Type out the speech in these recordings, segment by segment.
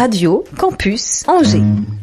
Radio Campus Angers.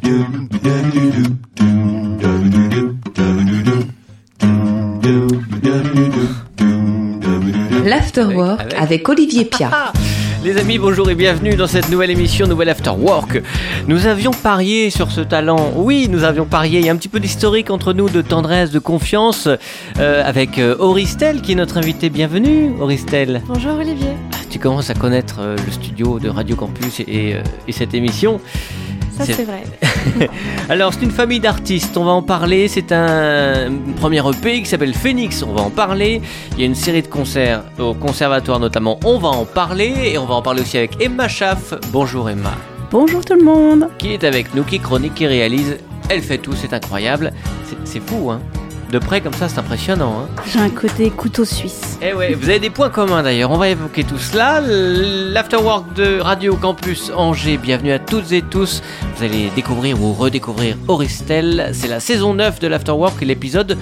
L'Afterwork avec Olivier Piat. Les amis, bonjour et bienvenue dans cette nouvelle émission, Nouvelle Afterwork. Nous avions parié sur ce talent, oui, nous avions parié, il y a un petit peu d'historique entre nous, de tendresse, de confiance, avec Auristel qui est notre invité. Bienvenue Auristel. Bonjour Olivier. Tu commences à connaître le studio de Radio Campus et cette émission. Ça c'est vrai. Alors c'est une famille d'artistes, on va en parler, c'est un premier EP qui s'appelle Phoenix, on va en parler. Il y a une série de concerts au conservatoire notamment, on va en parler. Et on va en parler aussi avec Emma Schaff. Bonjour Emma. Bonjour tout le monde. Qui est avec nous, qui chronique, qui réalise. Elle fait tout, c'est incroyable. C'est fou hein. De près comme ça, c'est impressionnant hein. J'ai un côté couteau suisse. Eh ouais, vous avez des points communs d'ailleurs, on va évoquer tout cela. L'Afterwork de Radio Campus Angers, bienvenue à toutes et tous. Vous allez découvrir ou redécouvrir Auristel. C'est la saison 9 de l'Afterwork et l'épisode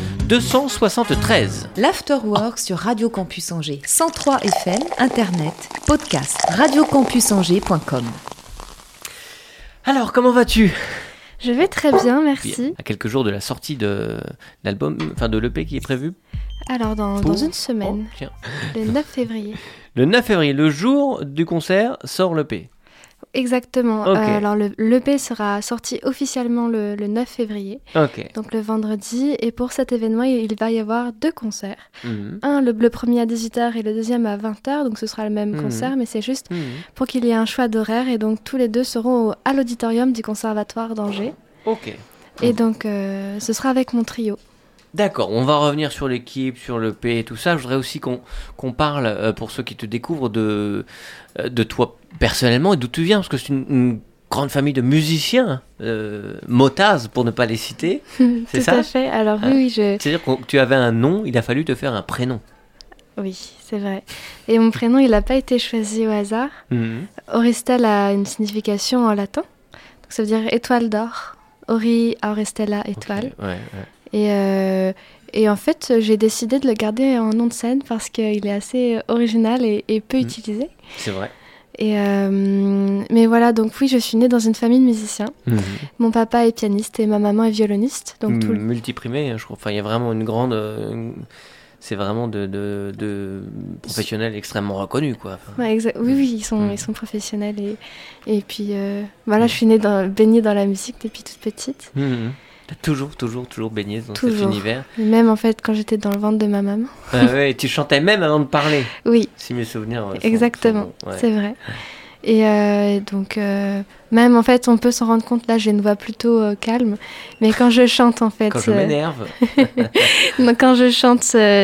273. L'Afterwork sur Radio Campus Angers. 103 FM, Internet, podcast, radiocampusangers.com. Alors, comment vas-tu ? Je vais très bien, merci. À quelques jours de la sortie de l'album, enfin de l'EP qui est prévu. Alors dans une semaine, le 9 février. Le 9 février, le jour du concert, sort l'EP. Exactement. Okay. Alors l'EP sera sorti officiellement le 9 février, donc le vendredi. Et pour cet événement, il va y avoir 2 concerts. Un, le premier à 18h et le deuxième à 20h, donc ce sera le même concert, mais c'est juste pour qu'il y ait un choix d'horaire. Et donc tous les deux seront à l'auditorium du Conservatoire d'Angers. Et donc ce sera avec mon trio. D'accord, on va revenir sur l'équipe, sur l'EP et tout ça. Je voudrais aussi qu'on parle, pour ceux qui te découvrent, de toi personnellement et d'où tu viens, parce que c'est une grande famille de musiciens, Motaz pour ne pas les citer. C'est ça ? Tout à fait, alors oui, C'est-à-dire que tu avais un nom, il a fallu te faire un prénom. Oui, c'est vrai. Et mon prénom, il n'a pas été choisi au hasard. Auristel a une signification en latin, donc ça veut dire étoile d'or. Ori, Auristella, étoile. Et en fait, j'ai décidé de le garder en nom de scène parce qu'il est assez original et peu utilisé. C'est vrai. Mais voilà, donc oui, je suis née dans une famille de musiciens. Mon papa est pianiste et ma maman est violoniste. Donc multiprimé, je crois. Enfin, il y a vraiment une grande... c'est vraiment de professionnels extrêmement reconnus, quoi. Enfin, oui, ils sont professionnels. Et puis, voilà, je suis baignée dans la musique depuis toute petite. T'as toujours baigné dans cet univers. Même en fait quand j'étais dans le ventre de ma maman. Ouais, tu chantais même avant de parler. Oui. Si mes souvenirs. Exactement, sont bons. C'est vrai. Et donc même en fait on peut s'en rendre compte, là j'ai une voix plutôt calme, mais quand je chante en fait. Quand je m'énerve. Quand je chante,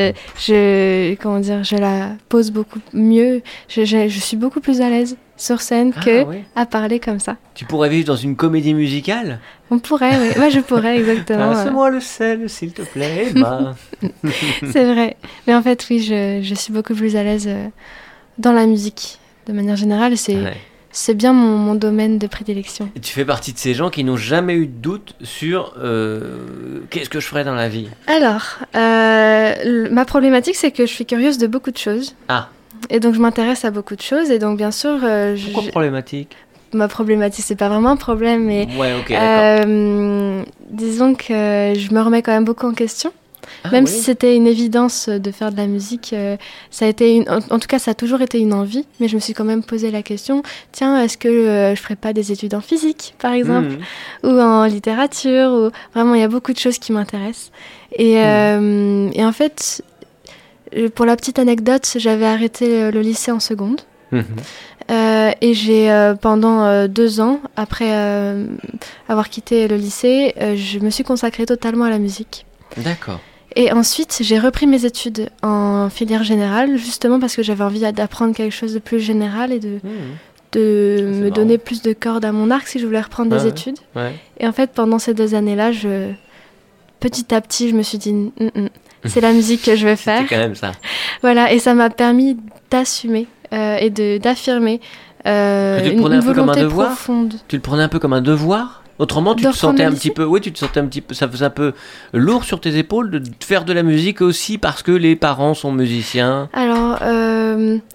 je la pose beaucoup mieux. Je suis beaucoup plus à l'aise sur scène à parler comme ça. Tu pourrais vivre dans une comédie musicale ? On pourrait, oui. Moi, je pourrais, exactement. Passe-moi le sel, s'il te plaît, Emma. C'est vrai. Mais en fait, oui, je suis beaucoup plus à l'aise dans la musique. De manière générale, c'est bien mon domaine de prédilection. Et tu fais partie de ces gens qui n'ont jamais eu de doute sur qu'est-ce que je ferais dans la vie ? Alors, ma problématique, c'est que je suis curieuse de beaucoup de choses. Et donc, je m'intéresse à beaucoup de choses. Et donc, bien sûr... Pourquoi problématique ? Ma problématique, c'est pas vraiment un problème, mais... Ouais, ok, d'accord. Disons que je me remets quand même beaucoup en question. Même si c'était une évidence de faire de la musique, ça a été en tout cas, ça a toujours été une envie. Mais je me suis quand même posé la question, tiens, est-ce que je ferais pas des études en physique, par exemple, ou en littérature, ou... Vraiment, il y a beaucoup de choses qui m'intéressent. Et en fait... Pour la petite anecdote, j'avais arrêté le lycée en seconde. Et j'ai, pendant 2 ans, après avoir quitté le lycée, je me suis consacrée totalement à la musique. D'accord. Et ensuite, j'ai repris mes études en filière générale, justement parce que j'avais envie d'apprendre quelque chose de plus général et de me donner plus de cordes à mon arc si je voulais reprendre des études. Et en fait, pendant ces 2 années-là, petit à petit, je me suis dit... c'est la musique que je veux faire. C'est quand même ça. Voilà, et ça m'a permis d'assumer et d'affirmer une volonté profonde. Tu le prenais un peu comme un devoir ? Autrement, tu te sentais un petit peu, ça faisait un peu lourd sur tes épaules de faire de la musique aussi parce que les parents sont musiciens. Alors,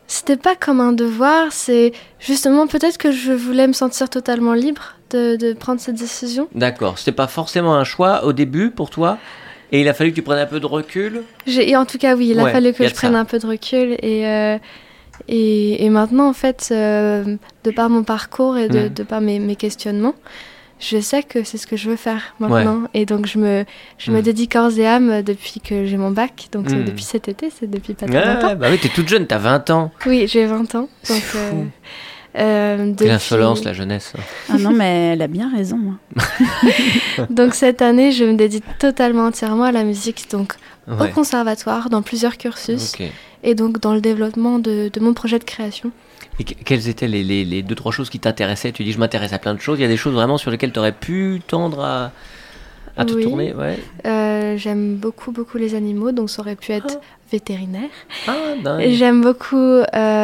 C'était pas comme un devoir, c'est justement peut-être que je voulais me sentir totalement libre de prendre cette décision. D'accord, c'était pas forcément un choix au début pour toi, et il a fallu que tu prennes un peu de recul. Et en tout cas, oui, il a fallu que je prenne un peu de recul, et maintenant, en fait, de par mon parcours et de par mes questionnements, je sais que c'est ce que je veux faire maintenant. Ouais. Et donc, je me dédie corps et âme depuis que j'ai mon bac. Donc, c'est depuis cet été, c'est depuis pas très longtemps. Bah oui, t'es toute jeune, t'as 20 ans. Oui, j'ai 20 ans. C'est fou. Depuis... L'insolence, la jeunesse. Ah non, mais elle a bien raison. Donc, cette année, je me dédie totalement entièrement à la musique. Donc, au conservatoire, dans plusieurs cursus. Okay. Et donc, dans le développement de mon projet de création. Et quelles étaient les 2-3 choses qui t'intéressaient ? Tu dis, je m'intéresse à plein de choses. Il y a des choses vraiment sur lesquelles tu aurais pu tendre à te tourner. J'aime beaucoup les animaux, donc ça aurait pu être vétérinaire. Dingue. J'aime beaucoup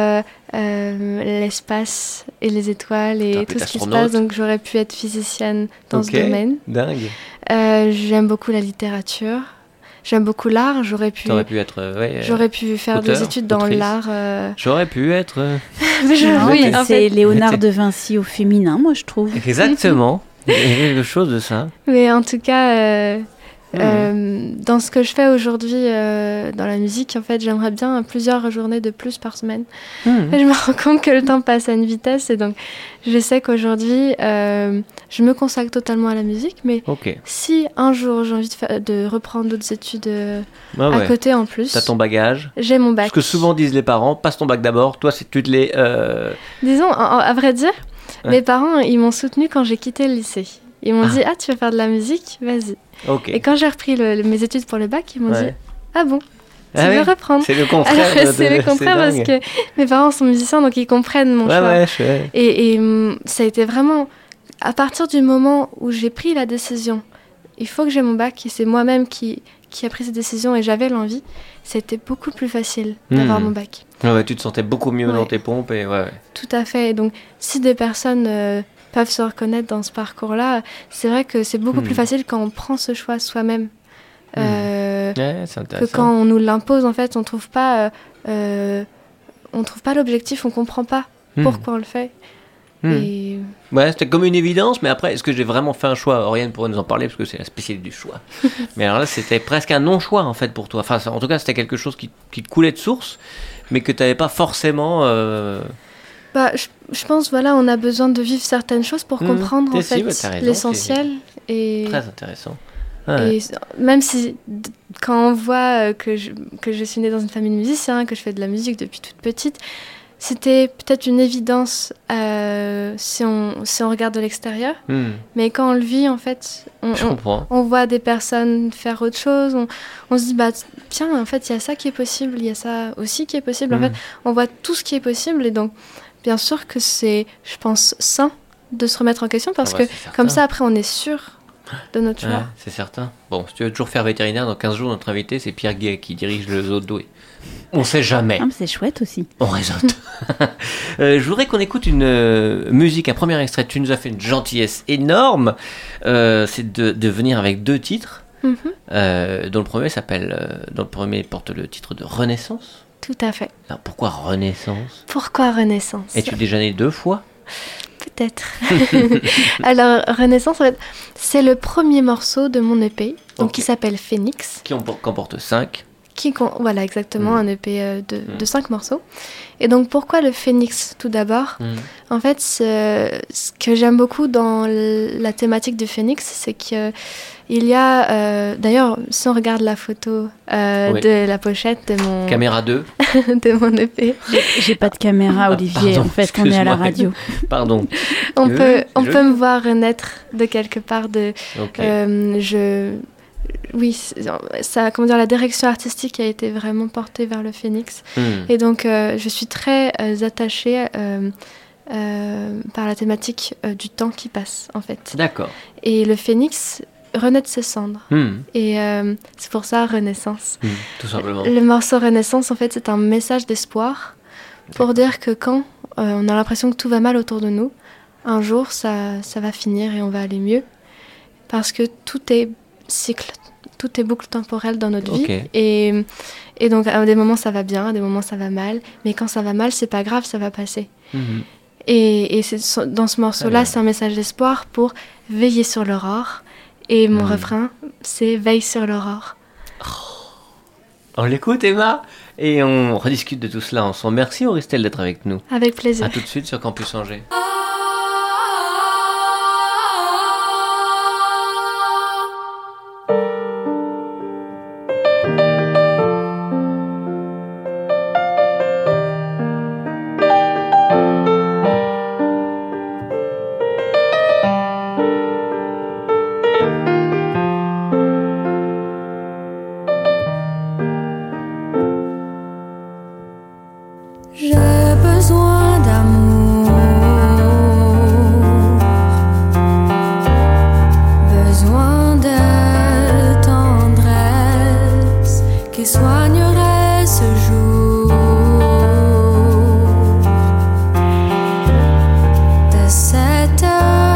l'espace et les étoiles et tout ce qui se passe, donc j'aurais pu être physicienne dans ce domaine. Dingue. J'aime beaucoup la littérature. J'aime beaucoup l'art, j'aurais pu faire auteur, des études dans l'art. J'aurais pu être... Oui, c'est Léonard de Vinci au féminin, moi je trouve. Exactement, il y a quelque chose de ça. Mais en tout cas, dans ce que je fais aujourd'hui dans la musique, en fait, j'aimerais bien plusieurs journées de plus par semaine. Et je me rends compte que le temps passe à une vitesse, et donc je sais qu'aujourd'hui, je me consacre totalement à la musique, mais si un jour j'ai envie de reprendre d'autres études à côté en plus... T'as ton bagage. J'ai mon bac. Ce que souvent disent les parents, passe ton bac d'abord, toi c'est tu te les... Disons, à vrai dire, mes parents, ils m'ont soutenue quand j'ai quitté le lycée. Ils m'ont dit, tu veux faire de la musique ? Vas-y. Et quand j'ai repris mes études pour le bac, ils m'ont dit, ah bon ? Tu veux reprendre ? C'est le contraire. Alors, c'est le contraire parce que mes parents sont musiciens, donc ils comprennent mon choix. Et ça a été vraiment, à partir du moment où j'ai pris la décision, il faut que j'ai mon bac, et c'est moi-même qui a pris cette décision, et j'avais l'envie, c'était beaucoup plus facile d'avoir mon bac. Tu te sentais beaucoup mieux dans tes pompes. Et Tout à fait. Et donc, si des personnes... peuvent se reconnaître dans ce parcours-là, c'est vrai que c'est beaucoup plus facile quand on prend ce choix soi-même. Que quand on nous l'impose, en fait, on trouve pas l'objectif, on comprend pas pourquoi on le fait. Et... c'était comme une évidence, mais après, est-ce que j'ai vraiment fait un choix ? Oriane pourrait nous en parler, parce que c'est la spécialité du choix. Mais alors là, c'était presque un non-choix, en fait, pour toi. Enfin, en tout cas, c'était quelque chose qui te coulait de source, mais que tu n'avais pas forcément... je pense, on a besoin de vivre certaines choses pour comprendre, en fait, l'essentiel. Et... Très intéressant. Et même si, quand on voit que je suis née dans une famille de musiciens, que je fais de la musique depuis toute petite, c'était peut-être une évidence si on regarde de l'extérieur. Mais quand on le vit, en fait, on voit des personnes faire autre chose. On se dit, tiens, en fait, il y a ça qui est possible, il y a ça aussi qui est possible. En fait, on voit tout ce qui est possible, et donc... Bien sûr que c'est, je pense, sain de se remettre en question, parce que comme ça, après, on est sûr de notre choix. C'est certain. Bon, si tu veux toujours faire vétérinaire, dans 15 jours, notre invité, c'est Pierre Guay, qui dirige le zoo de Douai. On ne sait jamais. Ah, mais c'est chouette aussi. On raisonne. Je voudrais qu'on écoute une musique, un premier extrait. Tu nous as fait une gentillesse énorme. C'est de venir avec 2 titres, dont le premier porte le titre de Renaissance. Tout à fait. Alors, pourquoi Renaissance ? Pourquoi Renaissance ? Es-tu déjà née 2 fois ? Peut-être. Alors, Renaissance, en fait, c'est le premier morceau de mon EP, qui s'appelle Phoenix. Qui comporte 5. Voilà, exactement, un EP de 5 morceaux. Et donc, pourquoi le Phoenix, tout d'abord ? En fait, ce que j'aime beaucoup dans la thématique du Phoenix, c'est qu'il y a... d'ailleurs, si on regarde la photo de la pochette de mon... Caméra 2. de mon EP. J'ai pas de caméra, Olivier. Pardon, en fait, on est à la radio. Pardon. On peut me voir renaître de quelque part de... Oui, la direction artistique a été vraiment portée vers le Phoenix. Et donc, je suis très attachée par la thématique du temps qui passe, en fait. D'accord. Et le Phoenix renaît de ses cendres. Et c'est pour ça Renaissance. Tout simplement. Le morceau Renaissance, en fait, c'est un message d'espoir pour dire que quand on a l'impression que tout va mal autour de nous, un jour, ça va finir et on va aller mieux. Parce que tout est cycle. tout est boucle temporelle dans notre vie. Ok. Et donc, à des moments, ça va bien, à des moments, ça va mal. Mais quand ça va mal, c'est pas grave, ça va passer. Mhm. Et dans ce morceau-là, c'est un message d'espoir pour veiller sur l'aurore. Et mon refrain, c'est veille sur l'aurore. On l'écoute, Emma, et on rediscute de tout cela ensemble. Merci, Auristel, d'être avec nous. Avec plaisir. À tout de suite sur Campus Angers. J'ai besoin d'amour, besoin de tendresse qui soignerait ce jour, de cette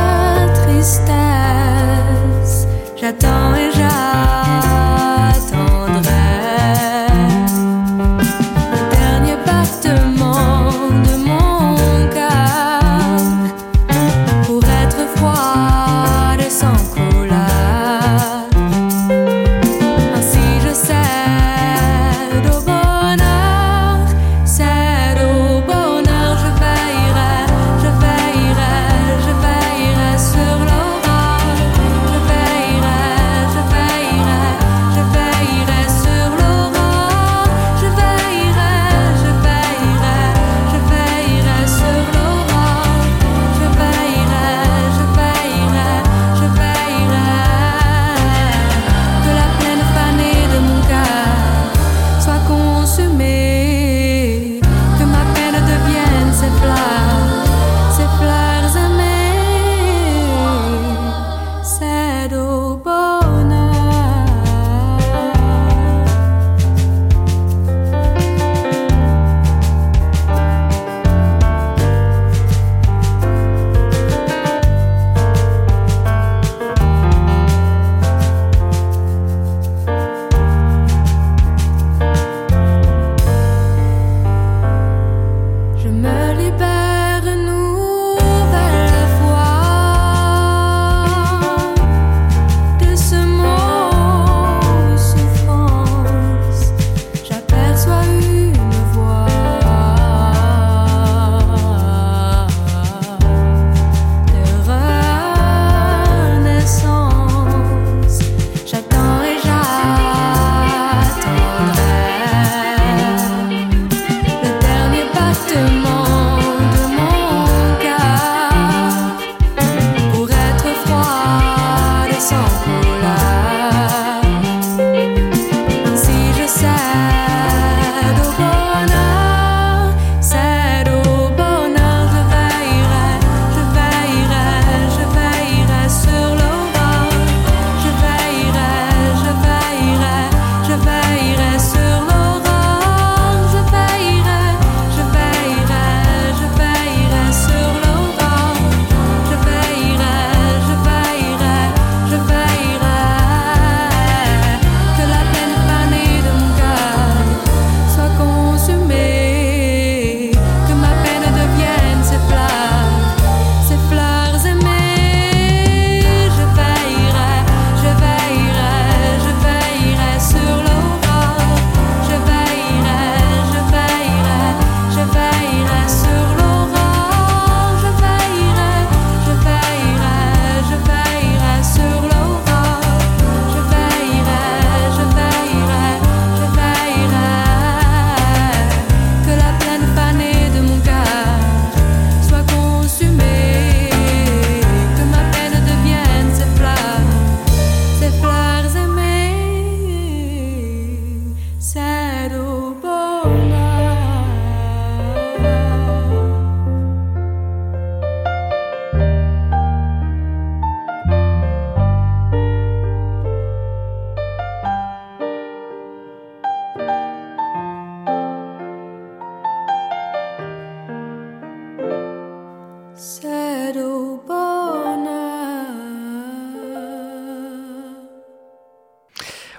tristesse. J'attends et j'attendrai.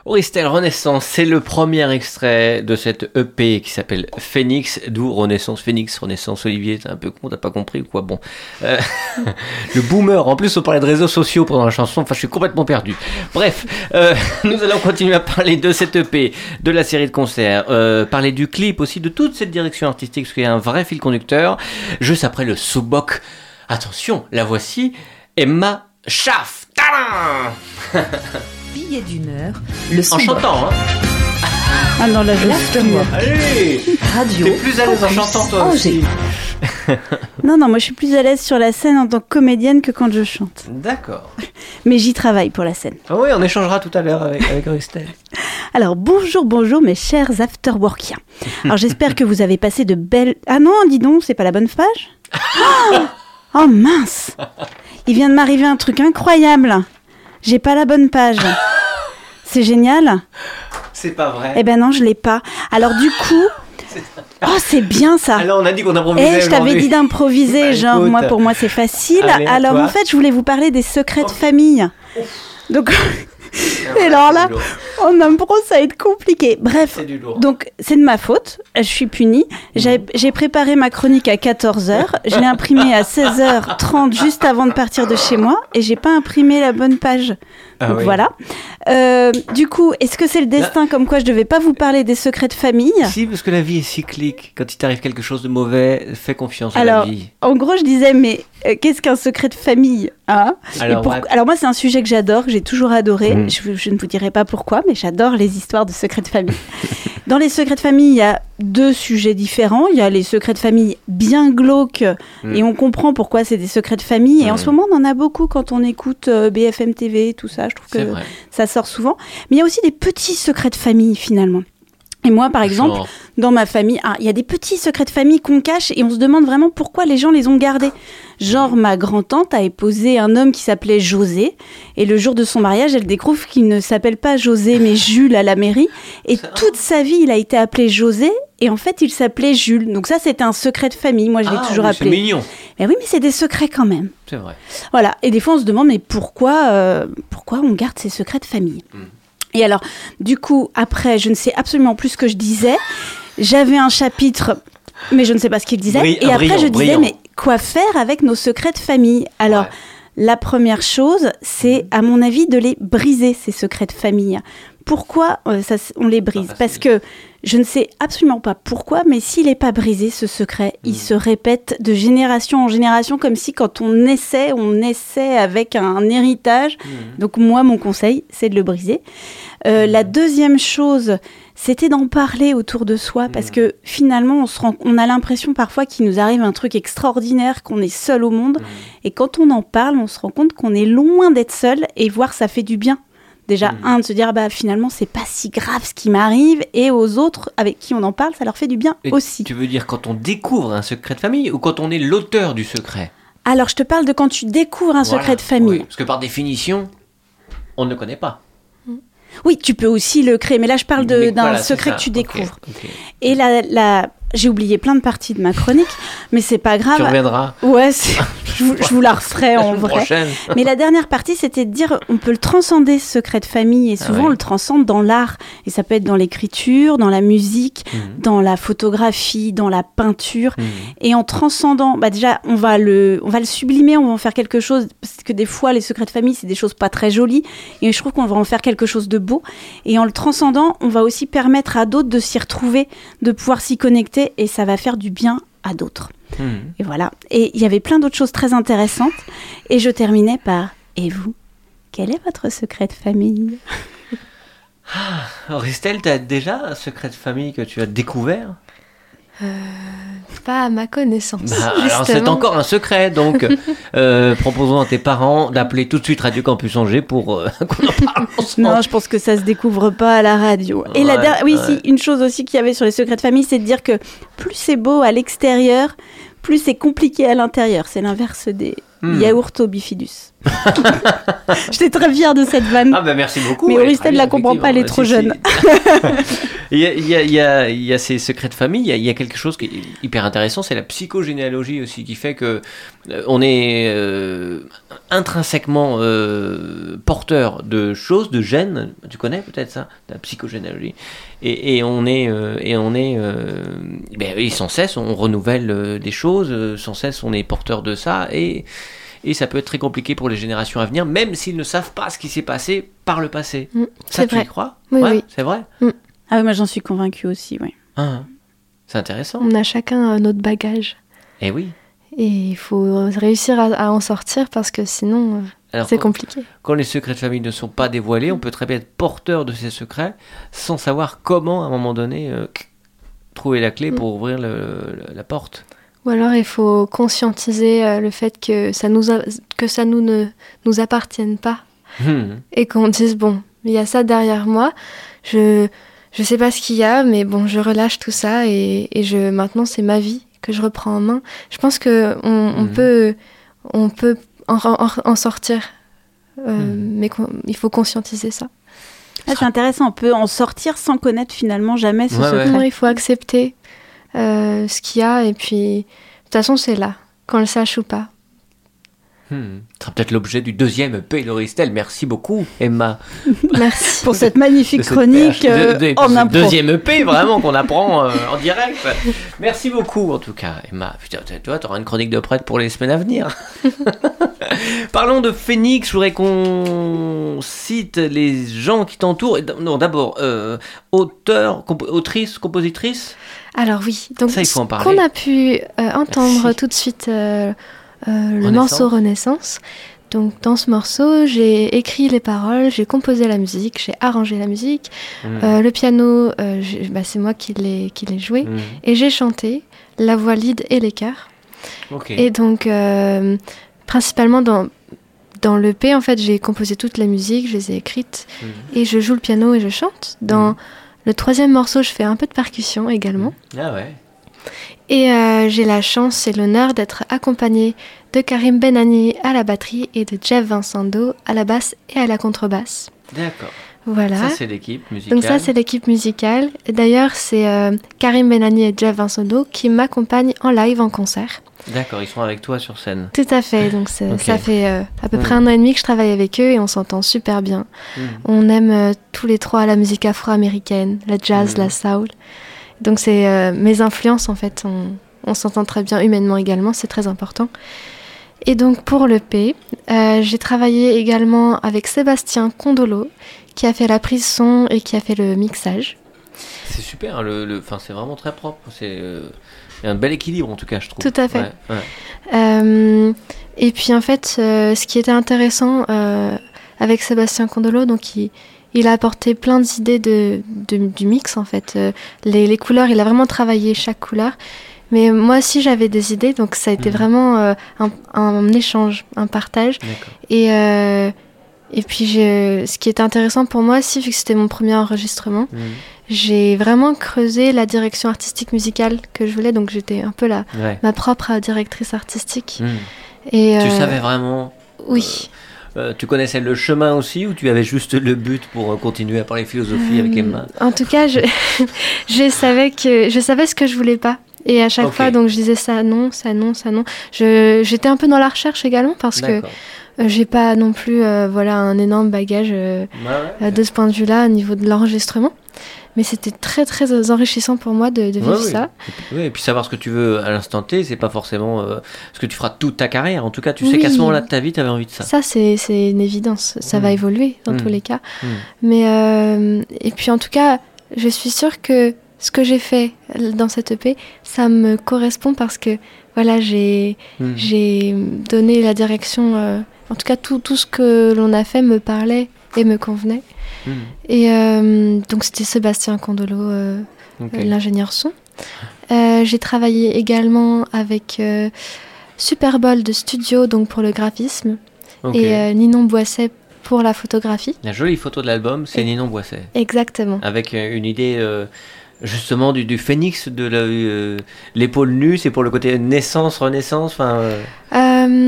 Auristel, Renaissance, c'est le premier extrait de cette EP qui s'appelle Phoenix, d'où Renaissance, Phoenix, Renaissance, Olivier, t'es un peu con, t'as pas compris ou quoi? Bon, le boomer, en plus on parlait de réseaux sociaux pendant la chanson, enfin je suis complètement perdu. Bref, nous allons continuer à parler de cette EP, de la série de concerts, parler du clip aussi, de toute cette direction artistique, parce qu'il y a un vrai fil conducteur, juste après le Soubok. Attention, la voici, Emma Schaaf. Tadam! Billet d'une heure, le En son chantant, hein. Ah non, là, je l'afterwork. Allez! Radio. T'es plus à l'aise en chantant, toi aussi. Non, moi je suis plus à l'aise sur la scène en tant que comédienne que quand je chante. D'accord. Mais j'y travaille pour la scène. Ah oui, on échangera tout à l'heure avec Auristel. Alors bonjour mes chers afterworkiens. Alors j'espère que vous avez passé de belles... Ah non, dis donc, c'est pas la bonne page? Oh mince! Il vient de m'arriver un truc incroyable. J'ai pas la bonne page. C'est génial. C'est pas vrai. Eh ben non, je l'ai pas. Alors du coup... Oh, c'est bien ça. Alors on a dit qu'on improvisait. Je t'avais dit d'improviser, Bah, genre écoute. pour moi c'est facile. Allez, à Alors toi. en fait, je voulais vous parler des secrets de famille. Donc, Ah, et alors là, c'est du lourd. en impro, ça va être compliqué. Bref, C'est du lourd. donc c'est de ma faute. Je suis punie. J'ai préparé ma chronique à 14h. Je l'ai imprimée à 16h30 juste avant de partir de chez moi et j'ai pas imprimé la bonne page. Ah Donc oui. voilà. Du coup, est-ce que c'est le destin comme quoi je devais pas vous parler des secrets de famille? Si, parce que la vie est cyclique. Quand il t'arrive quelque chose de mauvais, fais confiance à Alors, la vie. en gros, je disais, mais qu'est-ce qu'un secret de famille, hein? Alors, ouais. Alors moi, c'est un sujet que j'adore, que j'ai toujours adoré. Mm. Je ne vous dirai pas pourquoi, mais j'adore les histoires de secrets de famille. Dans les secrets de famille, il y a deux sujets différents. Il y a les secrets de famille bien glauques, et on comprend pourquoi c'est des secrets de famille. Et en ce moment, on en a beaucoup quand on écoute BFM TV, tout ça. Je trouve C'est que vrai. ça sort souvent. Mais il y a aussi des petits secrets de famille, finalement. Et moi, par exemple, Genre, dans ma famille, il y a des petits secrets de famille qu'on cache et on se demande vraiment pourquoi les gens les ont gardés. Genre, ma grand-tante a épousé un homme qui s'appelait José et le jour de son mariage, elle découvre qu'il ne s'appelle pas José mais Jules à la mairie. Et toute sa vie, il a été appelé José et en fait, il s'appelait Jules. Donc ça, c'était un secret de famille. Moi, je l'ai toujours mais appelé. C'est mignon. Mais oui, mais c'est des secrets quand même. C'est vrai. Voilà. Et des fois, on se demande, mais pourquoi on garde ces secrets de famille? Et alors, du coup, après, je ne sais absolument plus ce que je disais. J'avais un chapitre, mais je ne sais pas ce qu'il disait. Et après, je disais, mais quoi faire avec nos secrets de famille? Alors, Ouais. la première chose, c'est, à mon avis, de les briser, ces secrets de famille. Pourquoi on les brise? Parce que je ne sais absolument pas pourquoi, mais s'il n'est pas brisé, ce secret, il se répète de génération en génération, comme si quand on naissait avec un héritage. Donc moi, mon conseil, c'est de le briser. La deuxième chose, c'était d'en parler autour de soi, parce que finalement, on a l'impression parfois qu'il nous arrive un truc extraordinaire, qu'on est seul au monde. Et quand on en parle, on se rend compte qu'on est loin d'être seul, et voir ça fait du bien. Déjà, de se dire, finalement, c'est pas si grave ce qui m'arrive, et aux autres avec qui on en parle, ça leur fait du bien Et aussi. Tu veux dire quand on découvre un secret de famille ou quand on est l'auteur du secret? Alors, je te parle de quand tu découvres un secret de famille. Oui, parce que par décision, on ne connaît pas. Oui, tu peux aussi le créer, mais là, je parle Mais d'un voilà, c'est secret ça. que tu Ok, découvres. ok. Et j'ai oublié plein de parties de ma chronique, mais c'est pas grave. Tu reviendras Ouais, je vous la referai la en semaine vrai. prochaine. Mais la dernière partie, c'était de dire, on peut le transcender, ce secret de famille, et souvent ouais. on le transcende dans l'art. Et ça peut être dans l'écriture, dans la musique, dans la photographie, dans la peinture. Et en transcendant, déjà, on va le sublimer, on va en faire quelque chose, parce que des fois, les secrets de famille, c'est des choses pas très jolies. Et je trouve qu'on va en faire quelque chose de beau. Et en le transcendant, on va aussi permettre à d'autres de s'y retrouver, de pouvoir s'y connecter, et ça va faire du bien à d'autres. Et voilà. Et il y avait plein d'autres choses très intéressantes. Et je terminais par, et vous, quel est votre secret de famille? Auristel, tu as déjà un secret de famille que tu as découvert? Pas à ma connaissance. Alors c'est justement. encore un secret, donc proposons à tes parents d'appeler tout de suite Radio Campus Angers pour qu'on en parle ensemble. Non, je pense que ça se découvre pas à la radio. Et si, une chose aussi qu'il y avait sur les secrets de famille, c'est de dire que plus c'est beau à l'extérieur, plus c'est compliqué à l'intérieur. C'est l'inverse Yaourt au bifidus. J'étais très fière de cette vanne. Ah bah merci beaucoup. Mais Auristel ne la comprend pas, elle est trop jeune. Il y a ces secrets de famille, il y a quelque chose qui est hyper intéressant, c'est la psychogénéalogie aussi, qui fait que on est intrinsèquement porteur de choses, de gènes, tu connais peut-être ça, la psychogénéalogie, et on est sans cesse, on renouvelle des choses, sans cesse on est porteur de ça, et ça peut être très compliqué pour les générations à venir, même s'ils ne savent pas ce qui s'est passé par le passé. Ça, tu y crois ? Oui, oui. C'est vrai ? Ah oui, moi j'en suis convaincue aussi, oui. Ah, c'est intéressant. On a chacun notre bagage. Eh oui. Et il faut réussir à en sortir parce que sinon, c'est compliqué. Quand les secrets de famille ne sont pas dévoilés, on peut très bien être porteur de ces secrets sans savoir comment, à un moment donné, trouver la clé pour ouvrir la porte. Ou alors il faut conscientiser le fait que ça ne nous appartienne pas. Et qu'on dise, bon, il y a ça derrière moi, je sais pas ce qu'il y a, mais bon, je relâche tout ça et maintenant c'est ma vie que je reprends en main. Je pense que on peut en sortir, mais il faut conscientiser ça. Ah, c'est intéressant, on peut en sortir sans connaître finalement jamais ce secret. Non, il faut accepter ce qu'il y a et puis de toute façon c'est là, qu'on le sache ou pas. Ce sera peut-être l'objet du deuxième EP Auristel. Merci beaucoup, Emma. Merci pour cette magnifique chronique en impro. Deuxième EP, vraiment, qu'on apprend en direct. Merci beaucoup, en tout cas, Emma. Putain, tu vois, t'auras une chronique de prête pour les semaines à venir. Parlons de Phénix. Je voudrais qu'on cite les gens qui t'entourent. Non, d'abord, autrice, compositrice. Alors oui, donc ça, il faut en parler. Qu'on a pu entendre tout de suite... le morceau Renaissance. Donc dans ce morceau, j'ai écrit les paroles, j'ai composé la musique, j'ai arrangé la musique. Le piano, c'est moi qui l'ai joué. Et j'ai chanté la voix lead et les chœurs. Okay. Et donc, principalement dans l'EP, en fait, j'ai composé toutes les musiques, je les ai écrites. Et je joue le piano et je chante. Dans le troisième morceau, je fais un peu de percussion également. Ah ouais. Et j'ai la chance et l'honneur d'être accompagnée de Karim Benani à la batterie et de Jeff Vincendo à la basse et à la contrebasse. D'accord. Voilà. Ça, c'est l'équipe musicale. Donc ça, c'est l'équipe musicale. Et d'ailleurs, c'est Karim Benani et Jeff Vincendo qui m'accompagnent en live, en concert. D'accord, ils sont avec toi sur scène. Tout à fait. Donc ça fait à peu près 1 an et demi que je travaille avec eux et on s'entend super bien. On aime tous les trois la musique afro-américaine, la jazz, la soul. Donc c'est mes influences en fait, on s'entend très bien humainement également, c'est très important. Et donc pour l'EP, j'ai travaillé également avec Sébastien Condolo qui a fait la prise son et qui a fait le mixage. C'est super, c'est vraiment très propre, c'est un bel équilibre en tout cas je trouve. Tout à fait. Ouais. Et puis en fait, ce qui était intéressant avec Sébastien Condolo, donc il a apporté plein d'idées du mix en fait. Les couleurs, il a vraiment travaillé chaque couleur. Mais moi aussi j'avais des idées, donc ça a été vraiment un échange, un partage. Et puis ce qui était intéressant pour moi aussi, vu que c'était mon premier enregistrement, j'ai vraiment creusé la direction artistique musicale que je voulais. Donc j'étais un peu ma propre directrice artistique. Et, tu savais vraiment Oui. Tu connaissais le chemin aussi ou tu avais juste le but pour continuer à parler philosophie avec Emma ? En tout cas, je savais ce que je voulais pas. Et à chaque fois, donc je disais ça non, ça non, ça non. J'étais un peu dans la recherche également parce que j'ai pas non plus un énorme bagage de ce point de vue-là au niveau de l'enregistrement. Mais c'était très très enrichissant pour moi de vivre ça. Et puis savoir ce que tu veux à l'instant T, c'est pas forcément ce que tu feras toute ta carrière. En tout cas, tu sais qu'à ce moment-là de ta vie, tu avais envie de ça. Ça, c'est une évidence. Ça va évoluer dans tous les cas. Mais et puis en tout cas, je suis sûre que ce que j'ai fait dans cette EP, ça me correspond parce que voilà, j'ai donné la direction. En tout cas, tout ce que l'on a fait me parlait et me convenait. Et donc c'était Sébastien Condolo, l'ingénieur son. J'ai travaillé également avec Superbol de studio, donc pour le graphisme, et Ninon Boisset pour la photographie. La jolie photo de l'album, c'est Ninon Boisset. Exactement. Avec une idée justement du phénix, de l'épaule nue, c'est pour le côté naissance, renaissance,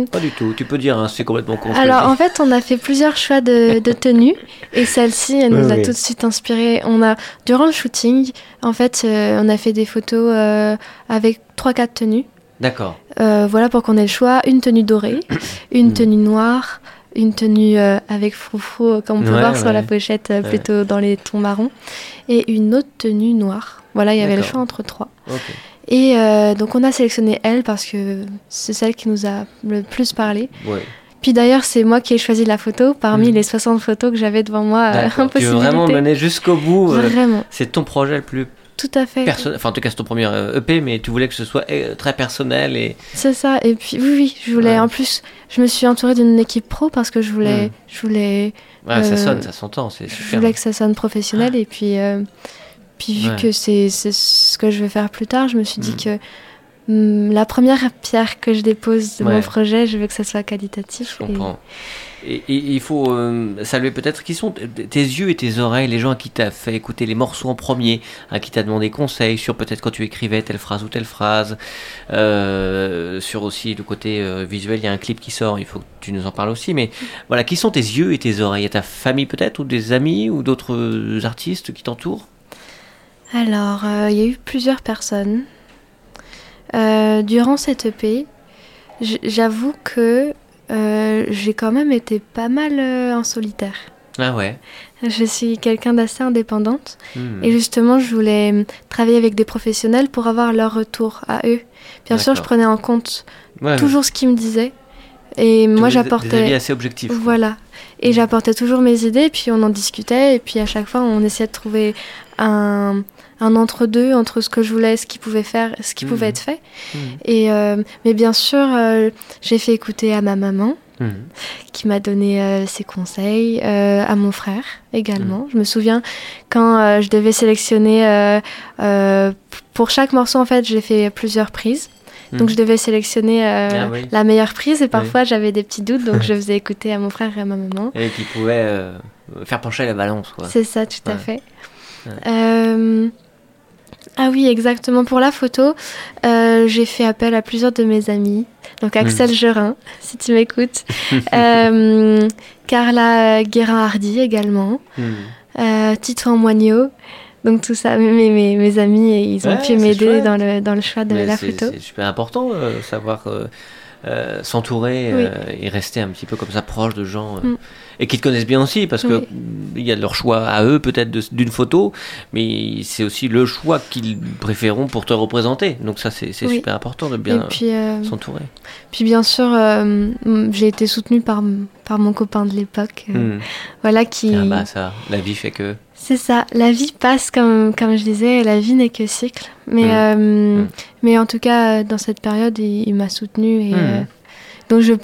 Pas du tout, tu peux dire, hein, c'est complètement con. Alors en fait, on a fait plusieurs choix de tenues et celle-ci, elle nous a tout de suite inspiré. Durant le shooting, en fait, on a fait des photos avec 3-4 tenues. D'accord. Voilà, pour qu'on ait le choix, une tenue dorée, une tenue noire, une tenue avec froufrou, comme on peut voir sur la pochette, plutôt dans les tons marrons, et une autre tenue noire. Voilà, il y avait le choix entre 3. Okay. Et donc on a sélectionné elle parce que c'est celle qui nous a le plus parlé. Ouais. Puis d'ailleurs, c'est moi qui ai choisi la photo parmi les 60 photos que j'avais devant moi. Tu veux vraiment mener jusqu'au bout. Vraiment. C'est ton projet le plus... Tout à fait. Enfin, en tout cas, c'est ton premier EP, mais tu voulais que ce soit très personnel et... C'est ça. Et puis, oui, je voulais... En plus, je me suis entourée d'une équipe pro parce que je voulais... ça sonne, ça s'entend, c'est super. Je voulais que ça sonne professionnel et puis... Puis vu que c'est ce que je veux faire plus tard, je me suis dit que la première pierre que je dépose de mon projet, je veux que ça soit qualitatif. Je comprends. Et il faut saluer peut-être qui sont tes yeux et tes oreilles, les gens à qui t'as fait écouter les morceaux en premier, à qui t'as demandé conseil sur peut-être quand tu écrivais telle phrase ou telle phrase, sur aussi le côté visuel, il y a un clip qui sort, il faut que tu nous en parles aussi, mais voilà, qui sont tes yeux et tes oreilles? À ta famille peut-être, ou des amis, ou d'autres artistes qui t'entourent? Alors, il y a eu plusieurs personnes. Durant cette EP, j'avoue que j'ai quand même été pas mal en solitaire. Ah ouais. Je suis quelqu'un d'assez indépendante. Et justement, je voulais travailler avec des professionnels pour avoir leur retour à eux. Bien sûr, je prenais en compte toujours ce qu'ils me disaient. Et moi, j'apportais... Des avis assez objectifs. Voilà. Et j'apportais toujours mes idées, puis on en discutait. Et puis à chaque fois, on essayait de trouver un entre-deux entre ce que je voulais, ce qui pouvait être fait. Et, mais bien sûr, j'ai fait écouter à ma maman, qui m'a donné ses conseils, à mon frère également. Je me souviens quand je devais sélectionner, pour chaque morceau, en fait, j'ai fait plusieurs prises. Donc je devais sélectionner la meilleure prise et parfois j'avais des petits doutes, donc je faisais écouter à mon frère et à ma maman. Et qui pouvaient faire pencher la balance, quoi. C'est ça, tout à fait. Ah oui, exactement. Pour la photo, j'ai fait appel à plusieurs de mes amis. Donc Axel Gerin, si tu m'écoutes. Carla Guérin-Hardy également. Titouan Moignot. Donc tout ça, mes amis, ils ont pu m'aider dans le choix de la photo. C'est super important savoir s'entourer et rester un petit peu comme ça proche de gens et qui te connaissent bien aussi, parce que il y a leur choix à eux peut-être d'une photo, mais c'est aussi le choix qu'ils préféreront pour te représenter. Donc ça c'est super important de bien s'entourer. Puis bien sûr, j'ai été soutenue par mon copain de l'époque, voilà qui. Ah bah ça, la vie fait que. C'est ça, la vie passe comme je disais, la vie n'est que cycle. Mais en tout cas, dans cette période, il m'a soutenue. Et, donc je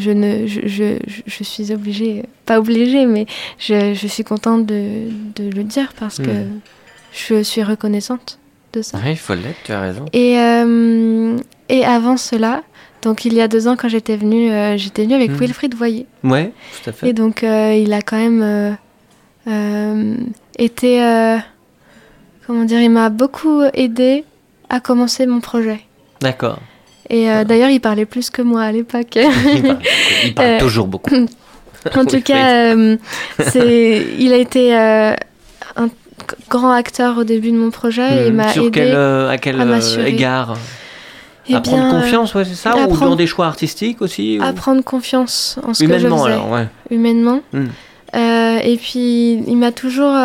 suis obligée, pas obligée, mais je suis contente de le dire parce que je suis reconnaissante de ça. Oui, il faut l'être, tu as raison. Et avant cela, donc il y a 2 ans quand j'étais venue avec Wilfried Voyer. Ouais, tout à fait. Et donc il a quand même... comment dire, il m'a beaucoup aidé à commencer mon projet. D'accord. Et d'ailleurs, il parlait plus que moi à l'époque. Il parle toujours beaucoup. En tout cas, il a été un grand acteur au début de mon projet et il m'a aidé à quel égard? Prendre confiance, c'est ça? Ou dans des choix artistiques aussi? À prendre confiance en ce que je faisais. Humainement, alors, Humainement. Et puis il m'a toujours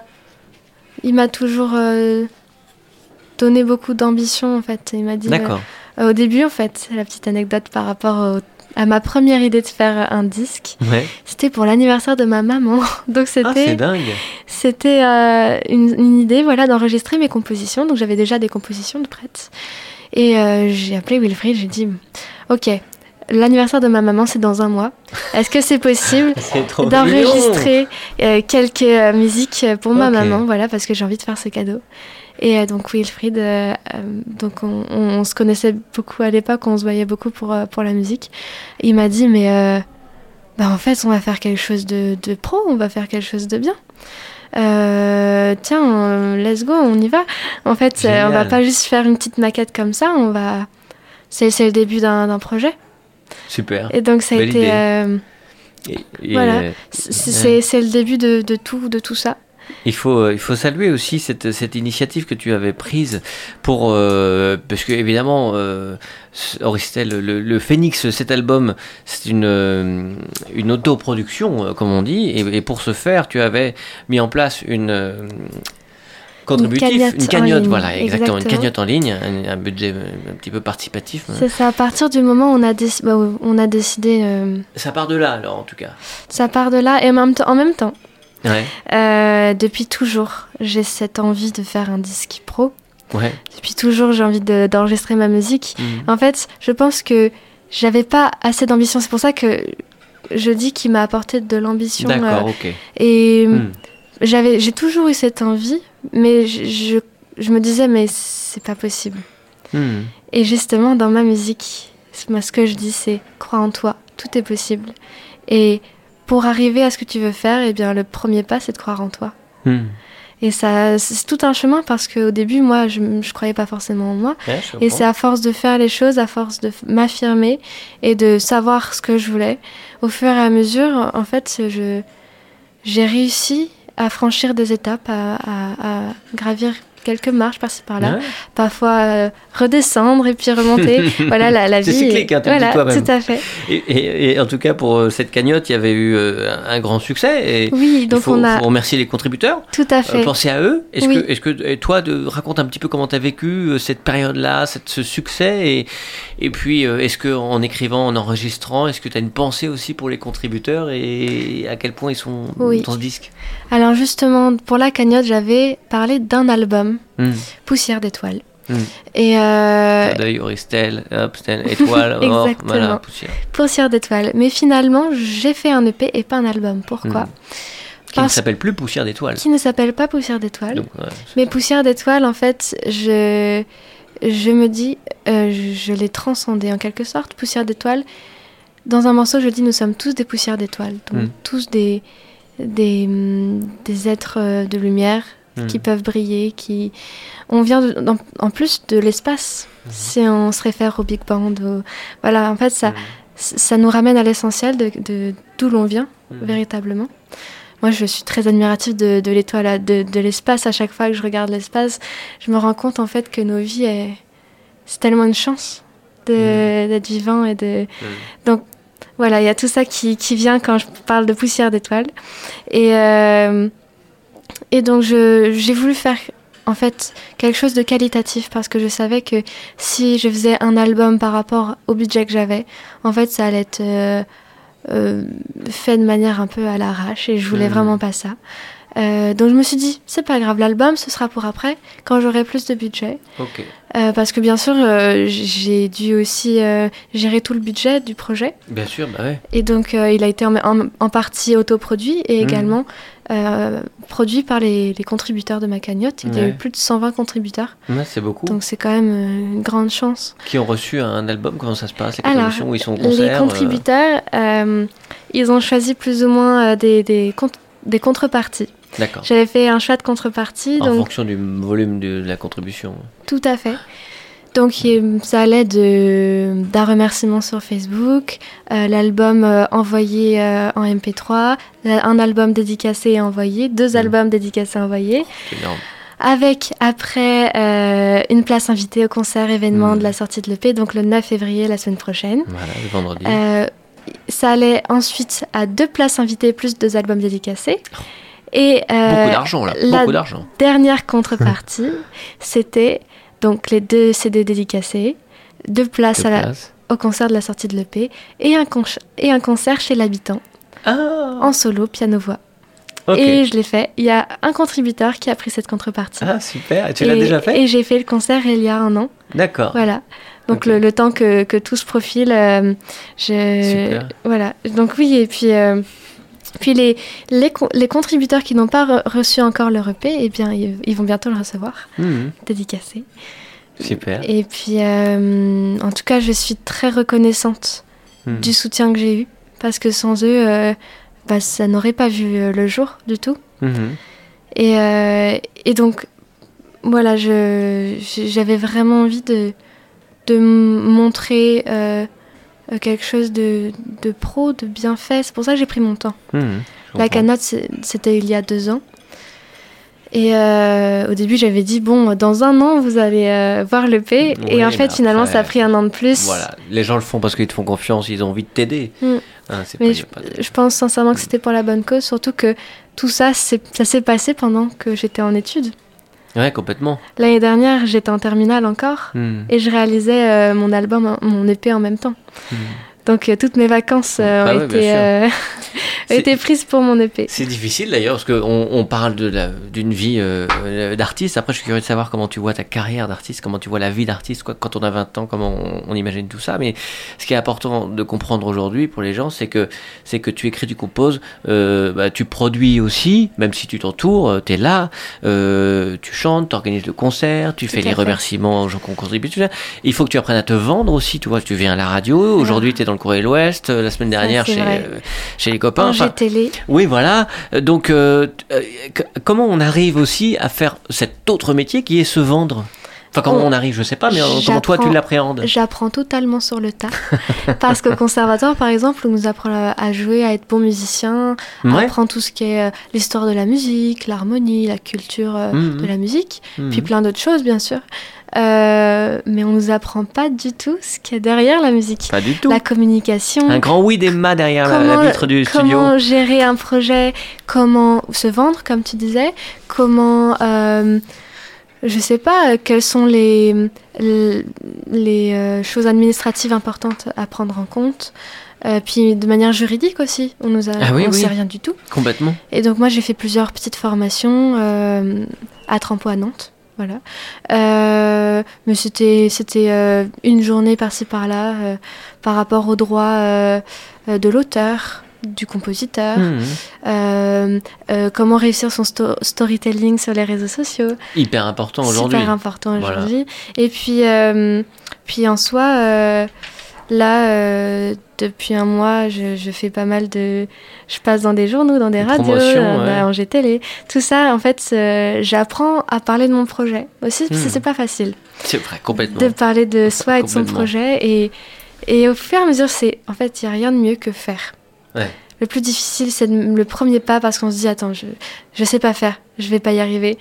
donné beaucoup d'ambition, en fait. Il m'a dit. D'accord. Au début, en fait, la petite anecdote par rapport à ma première idée de faire un disque, c'était pour l'anniversaire de ma maman. Donc c'était. Ah, c'est dingue. C'était une idée, voilà, d'enregistrer mes compositions. Donc j'avais déjà des compositions de prêtes. Et j'ai appelé Wilfried. J'ai dit, ok. L'anniversaire de ma maman, c'est dans 1 mois. Est-ce que c'est possible d'enregistrer quelques musiques pour ma maman, voilà, parce que j'ai envie de faire ce cadeau. Et donc Wilfried, donc on se connaissait beaucoup à l'époque, on se voyait beaucoup pour la musique. Et il m'a dit, mais en fait, on va faire quelque chose de pro, on va faire quelque chose de bien. Tiens, let's go, on y va. En fait, on va pas juste faire une petite maquette comme ça, c'est le début d'un projet. Super. Et donc ça a Belle été... voilà, et, c'est le début de tout ça. il faut saluer aussi cette initiative que tu avais prise pour parce que évidemment Auristel, le Phénix, cet album, c'est une autoproduction comme on dit, et pour ce faire tu avais mis en place une cagnotte, voilà, exactement, une cagnotte en ligne, un budget un petit peu participatif. C'est ça, à partir du moment où on a décidé... Ça part de là, alors, en tout cas. Ça part de là, et en même temps, ouais. Depuis toujours, j'ai cette envie de faire un disque pro. Ouais. Depuis toujours, j'ai envie d'enregistrer ma musique. En fait, je pense que j'avais pas assez d'ambition. C'est pour ça que je dis qu'il m'a apporté de l'ambition. D'accord, ok. Et j'ai toujours eu cette envie, mais je me disais, mais c'est pas possible. Et justement, dans ma musique, moi, ce que je dis, c'est crois en toi, tout est possible. Et pour arriver à ce que tu veux faire, eh bien, le premier pas, c'est de croire en toi. Et ça, c'est tout un chemin parce qu'au début, moi, je croyais pas forcément en moi. Ouais, et c'est à force de faire les choses, à force de m'affirmer et de savoir ce que je voulais, au fur et à mesure, en fait, j'ai réussi à franchir des étapes, à gravir quelques marches par-ci par-là, parfois redescendre et puis remonter. Voilà, la vie. C'est cyclique, hein, voilà, toi-même. Tout à fait. Et en tout cas, pour cette cagnotte, il y avait eu un grand succès. Et oui, donc faut remercier les contributeurs. Tout à fait. Penser à eux. Est-ce oui. que toi, raconte un petit peu comment tu as vécu cette période-là, ce succès, et puis est-ce qu'en écrivant, en enregistrant, est-ce que tu as une pensée aussi pour les contributeurs et à quel point ils sont dans ce disque? Alors justement, pour la cagnotte, j'avais parlé d'un album, Poussière d'étoiles. Et d'œil, Auristel, hop, étoile, or, voilà, Poussière d'étoiles. Mais finalement, j'ai fait un EP et pas un album. Pourquoi? Qui ne s'appelle plus Poussière d'étoiles. Qui ne s'appelle pas Poussière d'étoiles. Mais Poussière d'étoiles, en fait, je me dis, je l'ai transcendé en quelque sorte. Poussière d'étoiles. Dans un morceau, je dis, nous sommes tous des poussières d'étoiles. Donc tous des êtres de lumière qui peuvent briller, on vient en plus de l'espace. Si on se réfère au Big Bang, voilà, en fait ça nous ramène à l'essentiel de d'où l'on vient véritablement. Moi, je suis très admirative de l'étoile, de l'espace. À chaque fois que je regarde l'espace, je me rends compte en fait que nos vies, c'est tellement une chance d'être vivant donc voilà, il y a tout ça qui vient quand je parle de Poussière d'étoiles. Et donc, j'ai voulu faire, en fait, quelque chose de qualitatif parce que je savais que si je faisais un album par rapport au budget que j'avais, en fait, ça allait être fait de manière un peu à l'arrache et je voulais vraiment pas ça. Donc je me suis dit, c'est pas grave, l'album ce sera pour après, quand j'aurai plus de budget. Parce que bien sûr, j'ai dû aussi gérer tout le budget du projet. Bien sûr, bah ouais. Et donc il a été en partie autoproduit et également produit par les contributeurs de ma cagnotte. Il y a eu plus de 120 contributeurs. Ouais, c'est beaucoup. Donc c'est quand même une grande chance. Qui ont reçu un album, comment ça se passe, les contributions, où ils sont au concert? Les contributeurs, ils ont choisi plus ou moins des contreparties. D'accord. J'avais fait un choix de contrepartie. En fonction du volume de la contribution. Tout à fait. Donc ça allait d'un remerciement sur Facebook, l'album envoyé en MP3, un album dédicacé et envoyé, 2 albums dédicacés et envoyés. C'est énorme. Avec après une place invitée au concert événement de la sortie de l'EP, donc le 9 février, la semaine prochaine. Voilà, le vendredi. Ça allait ensuite à 2 places invitées plus 2 albums dédicacés. Et beaucoup d'argent là, beaucoup d'argent. Dernière contrepartie, c'était donc les 2 CD dédicacés, 2 places au concert de la sortie de l'EP et un concert chez l'habitant en solo piano-voix. Et je l'ai fait. Il y a un contributeur qui a pris cette contrepartie. Ah super, et tu l'as déjà fait? Et j'ai fait le concert il y a 1 an. D'accord. Voilà. Donc le temps que tout se profile, super. Voilà. Donc oui, et puis les contributeurs qui n'ont pas reçu encore leur EP, eh bien, ils vont bientôt le recevoir, dédicacé. Super. Et puis, en tout cas, je suis très reconnaissante du soutien que j'ai eu, parce que sans eux, ça n'aurait pas vu le jour du tout. Et donc, voilà, j'avais vraiment envie de montrer quelque chose de pro, de bien fait. C'est pour ça que j'ai pris mon temps. La cagnotte, c'était il y a 2 ans. Et au début, j'avais dit, bon, dans 1 an, vous allez voir l'EP. Oui, et en fait, finalement, après, ça a pris 1 an de plus. Voilà, les gens le font parce qu'ils te font confiance, ils ont envie de t'aider. Mais je pense sincèrement que c'était pour la bonne cause, surtout que tout ça, ça s'est passé pendant que j'étais en études. Ouais, complètement. L'année dernière, j'étais en terminale encore, et je réalisais mon album, mon EP en même temps. Donc toutes mes vacances ont été prises pour mon EP. C'est difficile d'ailleurs parce qu'on parle d'une vie d'artiste. Après je suis curieux de savoir comment tu vois ta carrière d'artiste, comment tu vois la vie d'artiste quand on a 20 ans, comment on imagine tout ça. Mais ce qui est important de comprendre aujourd'hui pour les gens, c'est que tu écris, tu composes, tu produis aussi, même si tu t'entoures, tu es là, tu chantes, tu organises le concert, tu fais les remerciements aux gens qui ont contribué. Il faut que tu apprennes à te vendre aussi. Tu vois, tu viens à la radio, aujourd'hui tu es dans le Courrier de l'Ouest, la semaine dernière chez les copains. Télé. Oui, voilà. Donc, comment on arrive aussi à faire cet autre métier qui est se vendre ? Enfin, comment on arrive, je sais pas, mais comment toi tu l'appréhendes ? J'apprends totalement sur le tas. Parce qu'au conservatoire, par exemple, on nous apprend à jouer, à être bon musicien, à apprendre tout ce qui est l'histoire de la musique, l'harmonie, la culture de la musique, puis plein d'autres choses, bien sûr. Mais on nous apprend pas du tout ce qu'il y a derrière la musique. Pas du tout. La communication. Un grand oui d'Emma derrière la vitre du studio. Comment gérer un projet, comment se vendre, comme tu disais, comment... je sais pas, quelles sont les choses administratives importantes à prendre en compte. Puis de manière juridique aussi, on sait rien du tout. Complètement. Et donc moi j'ai fait plusieurs petites formations à Trampo à Nantes. Voilà. Mais c'était une journée par-ci par-là par rapport aux droits de l'auteur, du compositeur, comment réussir son storytelling sur les réseaux sociaux. Hyper important aujourd'hui. Super important aujourd'hui. Voilà. Et puis en soi, là, depuis 1 mois, je fais pas mal de... Je passe dans des journaux, dans des radios, en GTL. Tout ça, en fait, j'apprends à parler de mon projet. Aussi, c'est pas facile. C'est vrai, complètement. De parler de soi et de son projet. Et au fur et à mesure, en fait, il n'y a rien de mieux que faire. Ouais. Le plus difficile, c'est le premier pas parce qu'on se dit, attends, je sais pas faire, je vais pas y arriver.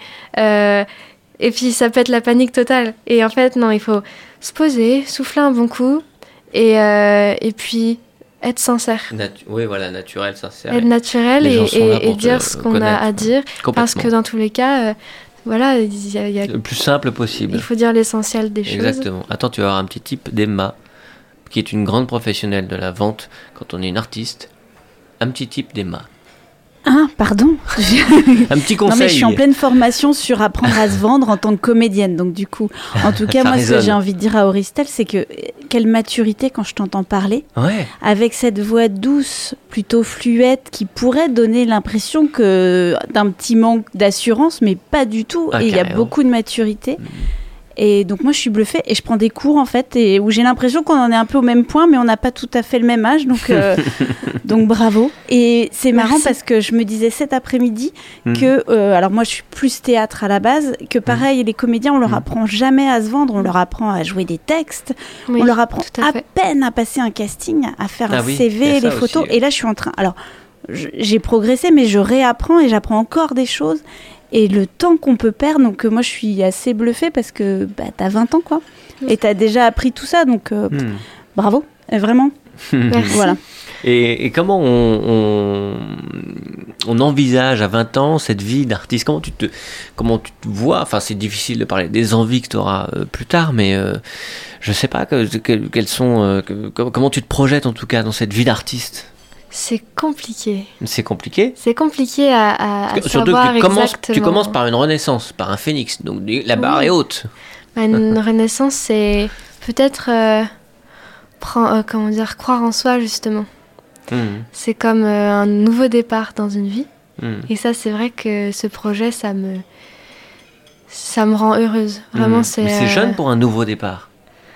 Et puis, ça peut être la panique totale. Et en fait, non, il faut se poser, souffler un bon coup. Et puis être sincère. Oui, voilà, naturel, sincère. Être naturel et dire ce qu'on a à dire. Parce que dans tous les cas, voilà, il y a... Le plus simple possible. Il faut dire l'essentiel des choses. Exactement. Attends, tu vas avoir un petit tip d'Emma, qui est une grande professionnelle de la vente quand on est une artiste. Un petit tip d'Emma. Ah, pardon. Un petit conseil. Non, mais je suis en pleine formation sur apprendre à se vendre en tant que comédienne. Donc, du coup, en tout cas, moi, ce que j'ai envie de dire à Auristel, c'est que quelle maturité quand je t'entends parler. Ouais. Avec cette voix douce, plutôt fluette, qui pourrait donner l'impression d'un petit manque d'assurance, mais pas du tout. Et il y a beaucoup de maturité. Et donc moi je suis bluffée et je prends des cours en fait où j'ai l'impression qu'on en est un peu au même point mais on n'a pas tout à fait le même âge donc bravo. Et c'est marrant parce que je me disais cet après-midi que alors moi je suis plus théâtre à la base, que pareil les comédiens on leur apprend jamais à se vendre, on leur apprend à jouer des textes, on leur apprend à peine à passer un casting, à faire un CV, les photos aussi, et là je suis en train, alors j'ai progressé mais je réapprends et j'apprends encore des choses. Et le temps qu'on peut perdre, donc moi je suis assez bluffée parce que t'as 20 ans quoi, et t'as déjà appris tout ça, donc bravo, vraiment. Merci. Voilà. Et comment on envisage à 20 ans cette vie d'artiste ? Comment tu te vois ? Enfin, c'est difficile de parler des envies que tu auras plus tard, mais je sais pas quelles sont. Comment tu te projettes en tout cas dans cette vie d'artiste ? C'est compliqué. C'est compliqué ? C'est compliqué à surtout savoir que exactement. Tu commences par une renaissance, par un phénix, donc la barre est haute. Une renaissance, c'est peut-être croire en soi justement. C'est comme un nouveau départ dans une vie. Et ça, c'est vrai que ce projet, ça me rend heureuse. Vraiment, Mais c'est jeune pour un nouveau départ.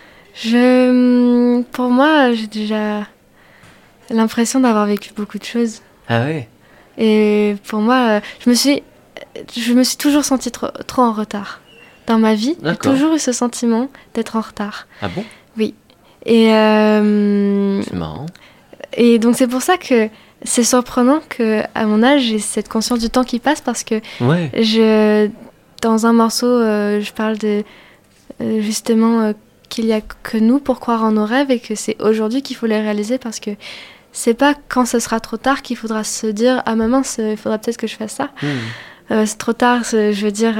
Pour moi, j'ai déjà l'impression d'avoir vécu beaucoup de choses. Ah oui. Et pour moi, je me suis toujours sentie trop en retard dans ma vie. J'ai toujours eu ce sentiment d'être en retard. Ah bon ? Oui. Et, C'est marrant. et donc c'est pour ça que c'est surprenant qu'à mon âge, j'ai cette conscience du temps qui passe parce que dans un morceau, je parle de justement qu'il n'y a que nous pour croire en nos rêves et que c'est aujourd'hui qu'il faut les réaliser parce que c'est pas quand ce sera trop tard qu'il faudra se dire « Ah maman, il faudra peut-être que je fasse ça ». C'est trop tard, je veux dire,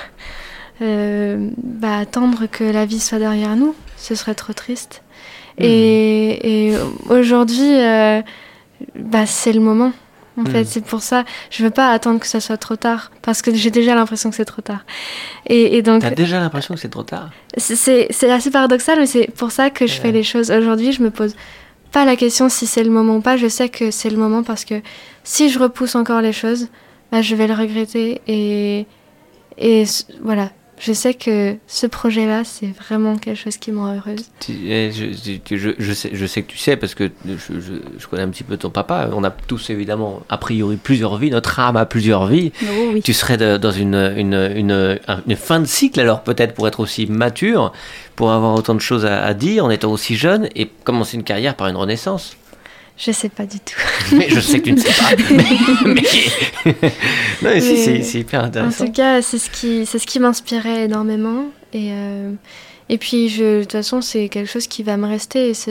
attendre que la vie soit derrière nous, ce serait trop triste. Et aujourd'hui, c'est le moment. En fait, c'est pour ça, je veux pas attendre que ça soit trop tard, parce que j'ai déjà l'impression que c'est trop tard. Et donc, t'as déjà l'impression que c'est trop tard. C'est assez paradoxal, mais c'est pour ça que je fais les choses. Aujourd'hui, je me pose pas la question si c'est le moment ou pas. Je sais que c'est le moment parce que si je repousse encore les choses, je vais le regretter. Et voilà. Je sais que ce projet-là, c'est vraiment quelque chose qui me rend heureuse. Je sais que tu sais, parce que je connais un petit peu ton papa. On a tous, évidemment, a priori, plusieurs vies. Notre âme a plusieurs vies. Oh, oui. Tu serais dans une fin de cycle, alors peut-être pour être aussi mature, pour avoir autant de choses à dire en étant aussi jeune, et commencer une carrière par une renaissance. Je sais pas du tout. Mais je sais que tu ne sais pas. Non, mais c'est hyper intéressant. En tout cas, c'est ce qui m'inspirait énormément. Et puis, de toute façon, c'est quelque chose qui va me rester. Et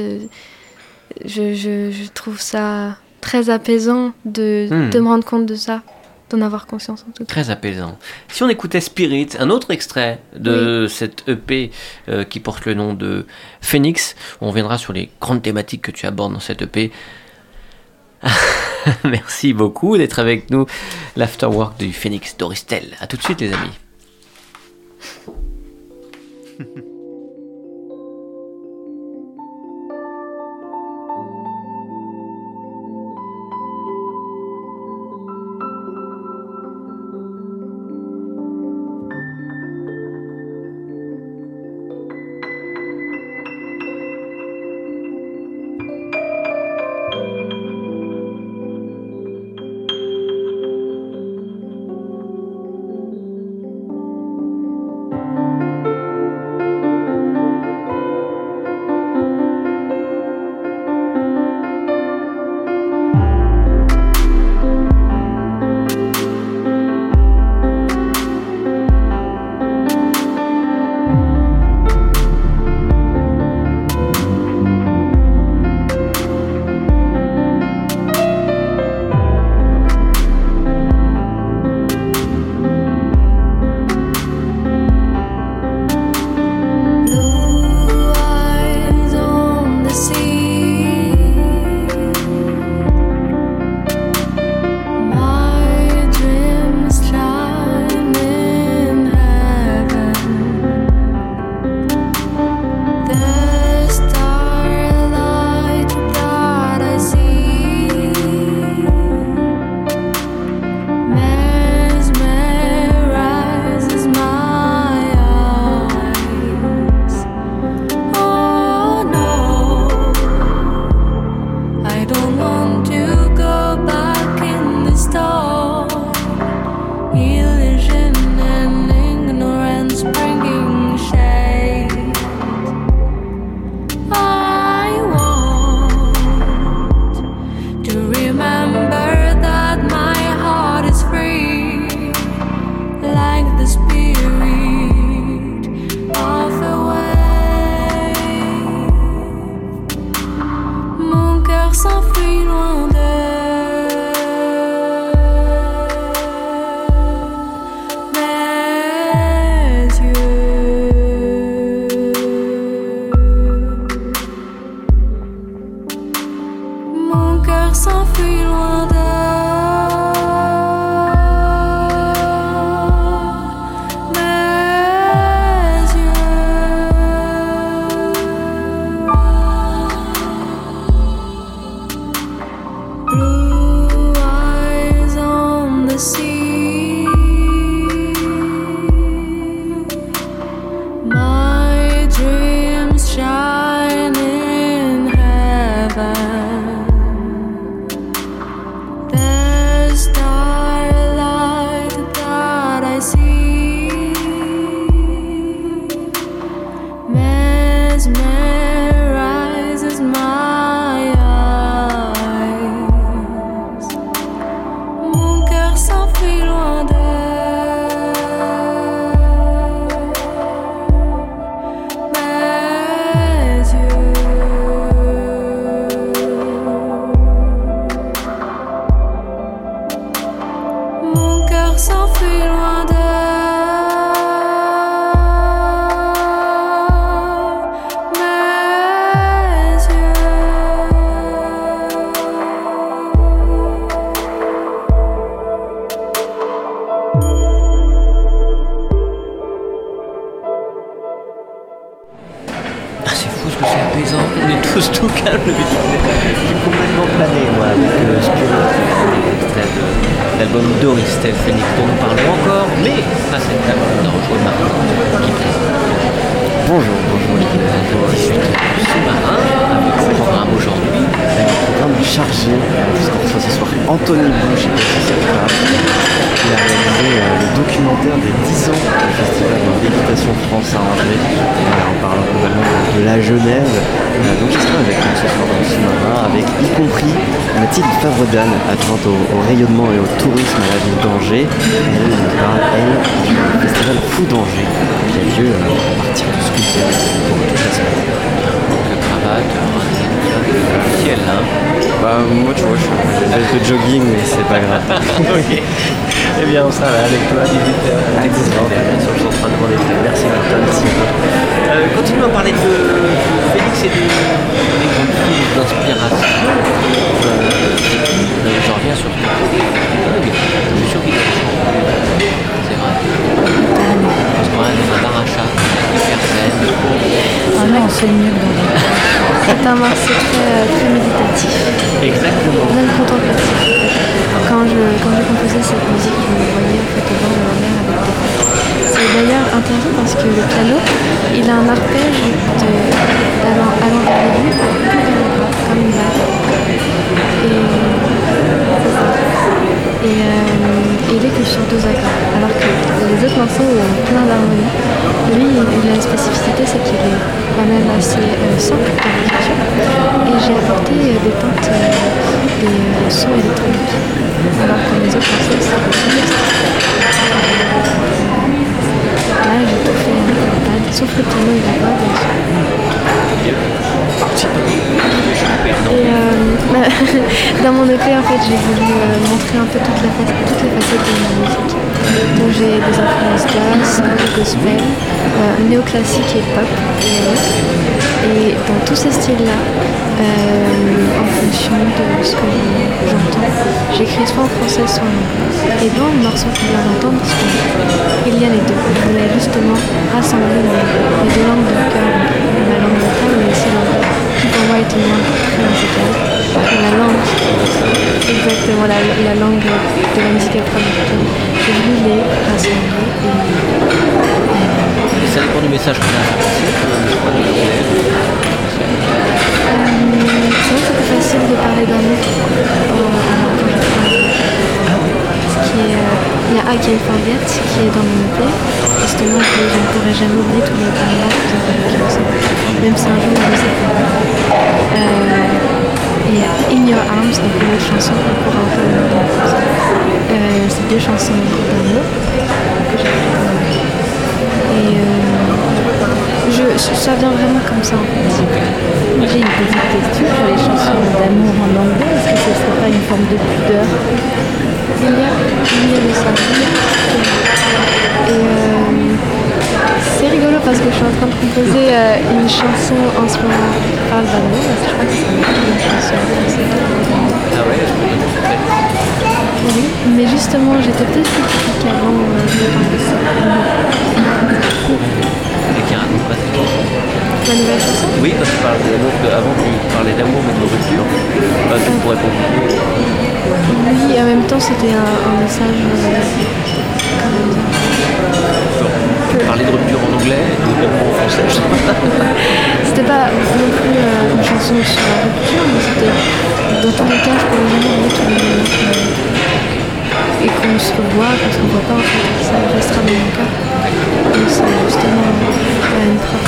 je trouve ça très apaisant de me rendre compte de ça, d'en avoir conscience en tout cas. Très apaisant. Si on écoutait Spirit, un autre extrait de cette EP qui porte le nom de Phoenix, on reviendra sur les grandes thématiques que tu abordes dans cette EP. Merci beaucoup d'être avec nous. L'Afterwork du Phoenix d'Oristel. A tout de suite les amis. que c'est apaisant, on est tous tout calmes. Je suis complètement plané, moi, avec Spirit, extrait de l'album Doris Tel Phoenix, dont nous parlons encore, mais à cette table, on a rejoint Martin, qui présente. Bonjour Olivier. Suite du sous-marin, avec ce programme aujourd'hui. Un programme chargé, puisqu'on reçoit ce soir Anthony Bouche, et c'est grave. Il a réalisé le documentaire des 10 ans du festival d'Équitation France à Angers. On parle globalement de la Genève. Donc il sera avec nous ce soir dans le sous-marin, avec y compris Mathilde Favre-Danne, adjointe au rayonnement et au tourisme à la ville d'Angers. Et elle nous parle, elle, du festival Fou d'Angers, qui a lieu à partir de ce week-end pour toute la semaine. Donc cravate, officiel, hein. Bah moi tu vois, je suis un peu de jogging, mais c'est pas grave. Ok. Eh bien, on sera là avec toi, Lilith. Bien sûr, je suis en train de demander. Merci, Martin. Continuons à parler de Félix et des grandes sources d'inspiration. Je reviens sur ce que je suis sûr qu'il a chanté. C'est vrai. Parce qu'on a des d'Aracha, hyper zen. Ah non, c'est mieux que dans C'est un morceau très méditatif, Exactement. même contemplatif. Quand j'ai composé cette musique, je me voyais en fait au bord de la mer avec des potes. C'est d'ailleurs intéressant parce que le piano, il a un arpège d'avant vers le début, puis vers le bas, comme une vague. Et il est que sur 2 accords, alors que les autres morceaux ont plein d'harmonies. Lui, il a une spécificité, c'est qu'il est quand même assez simple dans l'écriture. Et j'ai apporté des teintes, des sons électroniques, alors que les autres morceaux, c'est des sons extraits. Là, j'ai tout fait avec le pad, sauf le piano et la voix, bien sûr. Et dans mon EP, en fait, j'ai voulu montrer un peu toutes les facettes de ma musique. Donc j'ai des influences jazz, gospel, néoclassique et pop. Et dans tous ces styles-là, en fonction de ce que j'entends, j'écris soit en français, soit en anglais. Et dans le morceau qu'on vient d'entendre, parce qu'il y a les deux, je voulais justement rassembler les 2 langues de cœur, la langue natale, mais aussi l'anglais, qui pour moi est une langue très musicale. La langue, exactement, la langue de la musique afro-américaine. J'ai voulu les rassembler Et ça dépend du message qu'on a à passer, je crois, de l'anglais. C'est vrai que c'est plus facile de parler d'amour il y a I Can't Forget qui est dans mon EP. Justement, je ne pourrais jamais oublier tous les paroles que vous avez écrits, même si un jour on ne sait pas. Et In Your Arms, donc une autre chanson, encore un peu c'est 2 chansons d'amour que j'ai écrites. Et ça vient vraiment comme ça en fait. J'ai une petite question pour les chansons d'amour en anglais. Est-ce que ce ne serait pas une forme de pudeur? Il y a de ça. Et c'est rigolo parce que je suis en train de composer une chanson en ce moment qui parle d'amour. Parce que je crois que c'est une chanson française. Ah ouais, je peux dire. Oui, mais justement, j'étais peut-être plus critique avant de parler de ça. Et qui raconte pas cette chanson. La nouvelle chanson? Oui, parce que tu parles d'amour, avant tu parlais d'amour mais de rupture. Tu pourrais compliquer. Oui, et en même temps, c'était un message. Comment dire? Parler de rupture en anglais et d'amour en français, je sais pas. C'était pas non plus une chanson sur la rupture, mais c'était. Dans tous les cas, je pourrais jamais oublier tous les moments et qu'on se revoit, qu'on se revoit pas, en fait, ça restera dans mon cœur. Donc c'est justement une preuve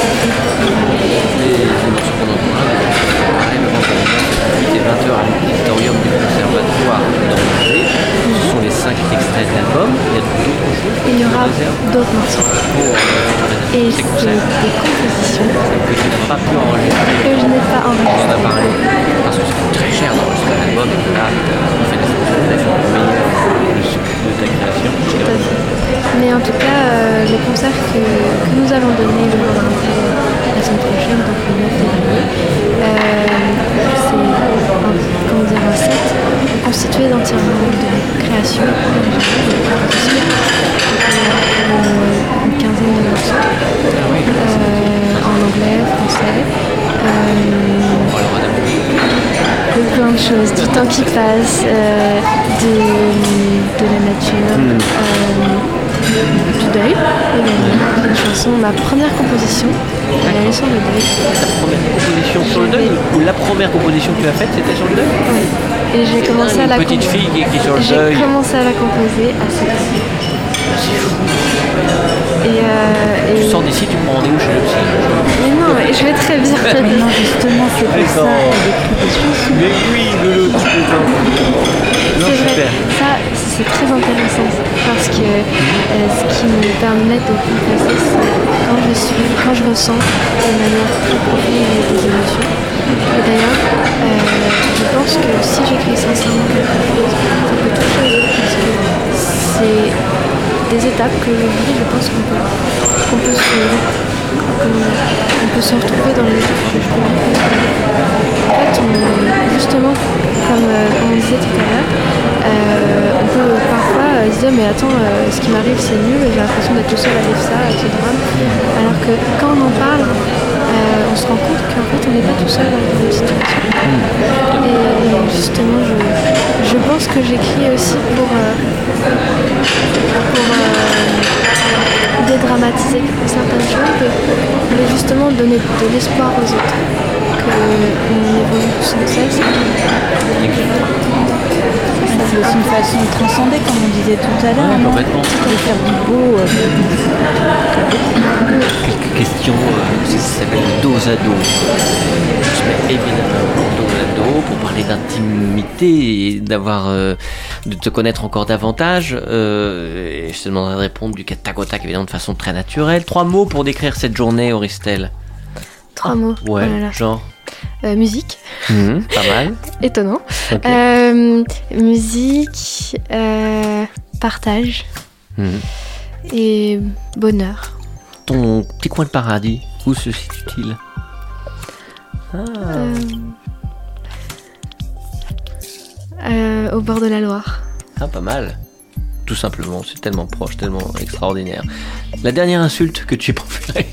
Les morceaux qu'on entend là, c'est 20h à l'auditorium du Conservatoire d'Angers. Ce sont les 5 extraits de l'album. Il y a d'autres choses. Il y aura d'autres morceaux. Et c'est des compositions que tu n'as pas pu enregistrer. Que je n'ai pas On en enregistrées. a parlé. Parce que c'est très cher d'enregistrer un album et que là, on fait des spécialisations pour meilleur le succès de ta création. Tout à fait. Mais en tout cas, le concert que nous allons donner le jour d'après la semaine prochaine, donc le 9 février, c'est un set constitué entièrement de créations originales, de compositions, une quinzaine de morceaux, en anglais, français. choses, du temps qui passe, de la nature, du deuil également. Une chanson, ma première composition, elle est sur le deuil. Ta première composition sur le deuil ou la première composition que tu as faite, c'était sur le deuil? Oui. Et j'ai commencé à la composer. Une petite fille qui écrit sur le deuil. J'ai commencé à la composer à 7 ans. C'est fou. Et tu sors d'ici, tu prends rendez-vous chez le psy. Mais non, je vais très bien. Mais non, justement, c'est pour ça. Elle écrit des chansons. Mais oui, l'autre, tu peux pas. Non, C'est super. vrai, ça c'est très intéressant parce que ce qui me permet de composer, c'est quand je ressens de manière très profonde des émotions. Et d'ailleurs, je pense que si j'écris sincèrement quelque chose, ça peut toucher les autres parce que c'est des étapes que je vis, je pense qu'on peut se retrouver dans les étapes que je peux vivre. En fait, justement, comme on disait tout à l'heure, on peut parfois se dire mais attends, ce qui m'arrive c'est nul, j'ai l'impression d'être tout seul à vivre ça, avec ce drame. Alors que quand on en parle, on se rend compte qu'en fait on n'est pas tout seul dans une situation. Et justement, je pense que j'écris aussi pour dédramatiser certaines choses, mais justement donner de l'espoir aux autres, qu'on évolue sans cesse. C'est aussi une façon de transcender, comme on disait tout à l'heure, complètement. de faire du beau. Quelques questions, ça s'appelle le dos à dos. Je se mets évidemment dos à dos pour parler d'intimité et de te connaître encore davantage. Et je te demanderai de répondre du tac au tac, évidemment, de façon très naturelle. 3 mots pour décrire cette journée, Auristel. 3 mots. Ouais, oh là là. genre. Musique. Pas mal. Étonnant. Okay. Musique, partage et bonheur. Ton petit coin de paradis, où se situe-t-il? Au bord de la Loire. Ah, pas mal. Tout simplement, c'est tellement proche, tellement extraordinaire. La dernière insulte que tu aies préférée?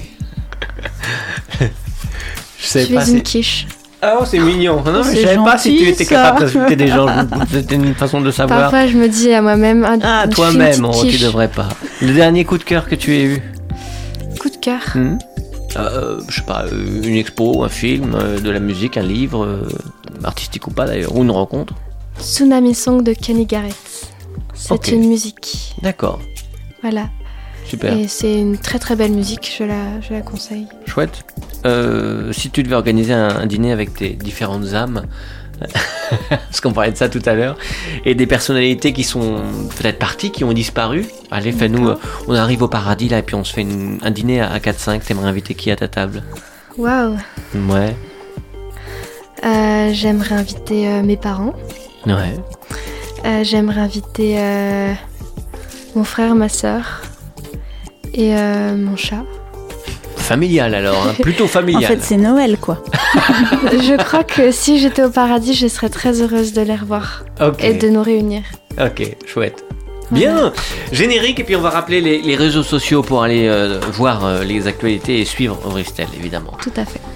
Je suis une quiche. Oh, c'est mignon. Non, mais je C'est savais pas si tu gentil, étais ça. capable d'insulter des gens. C'était une façon de savoir. Parfois, je me dis à moi-même. Ah, je toi-même, suis une petite tu quiche. devrais pas. Le dernier coup de cœur que tu aies eu? Coup de cœur. Je sais pas, une expo, un film, de la musique, un livre, artistique ou pas d'ailleurs, ou une rencontre. Tsunami Song de Kenny Garrett. C'est Ok. une musique. D'accord, Voilà. super. Et c'est une très très belle musique, je la conseille. Chouette. Si tu devais organiser un dîner avec tes différentes âmes, parce qu'on parlait de ça tout à l'heure, et des personnalités qui sont peut-être parties, qui ont disparu, allez, fais-nous, on arrive au paradis là, et puis on se fait un dîner à 4-5, t'aimerais inviter qui à ta table? Waouh. Ouais. J'aimerais inviter mes parents. Ouais. J'aimerais inviter mon frère, ma sœur et mon chat. Familial alors, hein, plutôt familial. En fait, c'est Noël, quoi. Je crois que si j'étais au paradis, je serais très heureuse de les revoir Ok. et de nous réunir. Ok, chouette. Bien, générique, et puis on va rappeler les réseaux sociaux pour aller voir les actualités et suivre Auristel, évidemment. Tout à fait.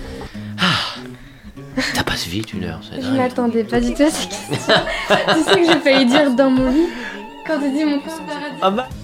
Ça passe vite 1 heure, c'est Je dingue. m'attendais pas du tout à cette question. Tu sais que j'ai failli dire dans mon lit quand tu dis mon corps au paradis. Ah bah.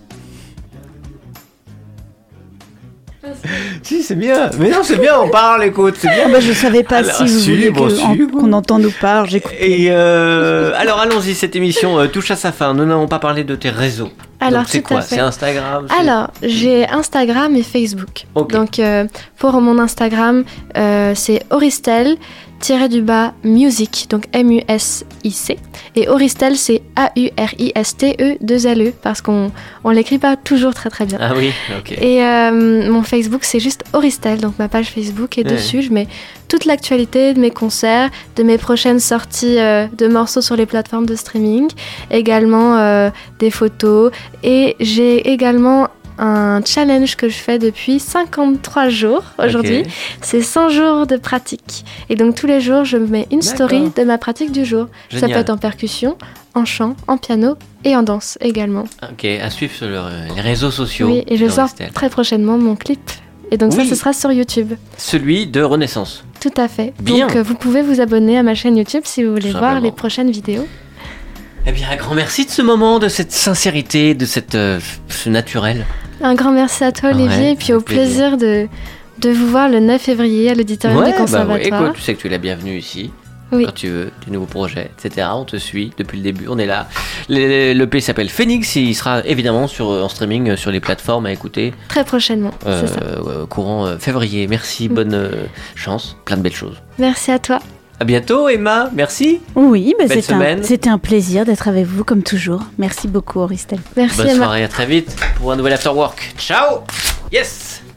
Si, c'est bien. Mais non, c'est bien, on parle, écoute, c'est bien. Ah bah, je savais pas Alors, si vous si, vouliez bon, si, bon. qu'on entende ou pas. J'écoute. Et alors allons-y, cette émission touche à sa fin. Nous n'avons pas parlé de tes réseaux. Alors, donc, c'est tout à quoi? fait. C'est Instagram? c'est- Alors, j'ai Instagram et Facebook. Ok. Donc, pour mon Instagram, c'est Auristel-music, donc M-U-S-I-C. Et Auristel, c'est A-U-R-I-S-T-E-2-L-E, parce qu'on l'écrit pas toujours très très bien. Ah oui, ok. Et mon Facebook, c'est juste Auristel, donc ma page Facebook. Et Ouais. dessus, je mets toute l'actualité de mes concerts, de mes prochaines sorties de morceaux sur les plateformes de streaming, également des photos. Et j'ai également un challenge que je fais depuis 53 jours aujourd'hui. Ok. C'est 100 jours de pratique. Et donc tous les jours, je mets une story D'accord. de ma pratique du jour. Ça Génial. peut être en percussion, en chant, en piano et en danse également. Ok, à suivre sur les réseaux sociaux. Oui, et je sors d'Auristel. très prochainement mon clip. Et donc Oui. ça, ce sera sur YouTube. Celui de Renaissance. Tout à fait. Bien. Donc vous pouvez vous abonner à ma chaîne YouTube si vous voulez Simplement. voir les prochaines vidéos. Eh bien, un grand merci de ce moment, de cette sincérité, de ce naturel. Un grand merci à toi, Olivier, Ouais, et puis au avec plaisir. plaisir de vous voir le 9 février à l'auditorium du Conservatoire. Écoute, tu sais que tu es la bienvenue ici. Oui. Quand tu veux, des nouveaux projets, etc. On te suit depuis le début, on est là. L'EP s'appelle Phoenix, il sera évidemment en streaming sur les plateformes à écouter. Très prochainement, c'est ça. Courant février. Merci, bonne chance, plein de belles choses. Merci à toi. À bientôt, Emma, merci. Oui, Belle semaine. c'était un plaisir d'être avec vous comme toujours. Merci beaucoup, Auristel. Merci Bonne Emma. soirée, à très vite pour un nouvel After Work. Ciao. Yes.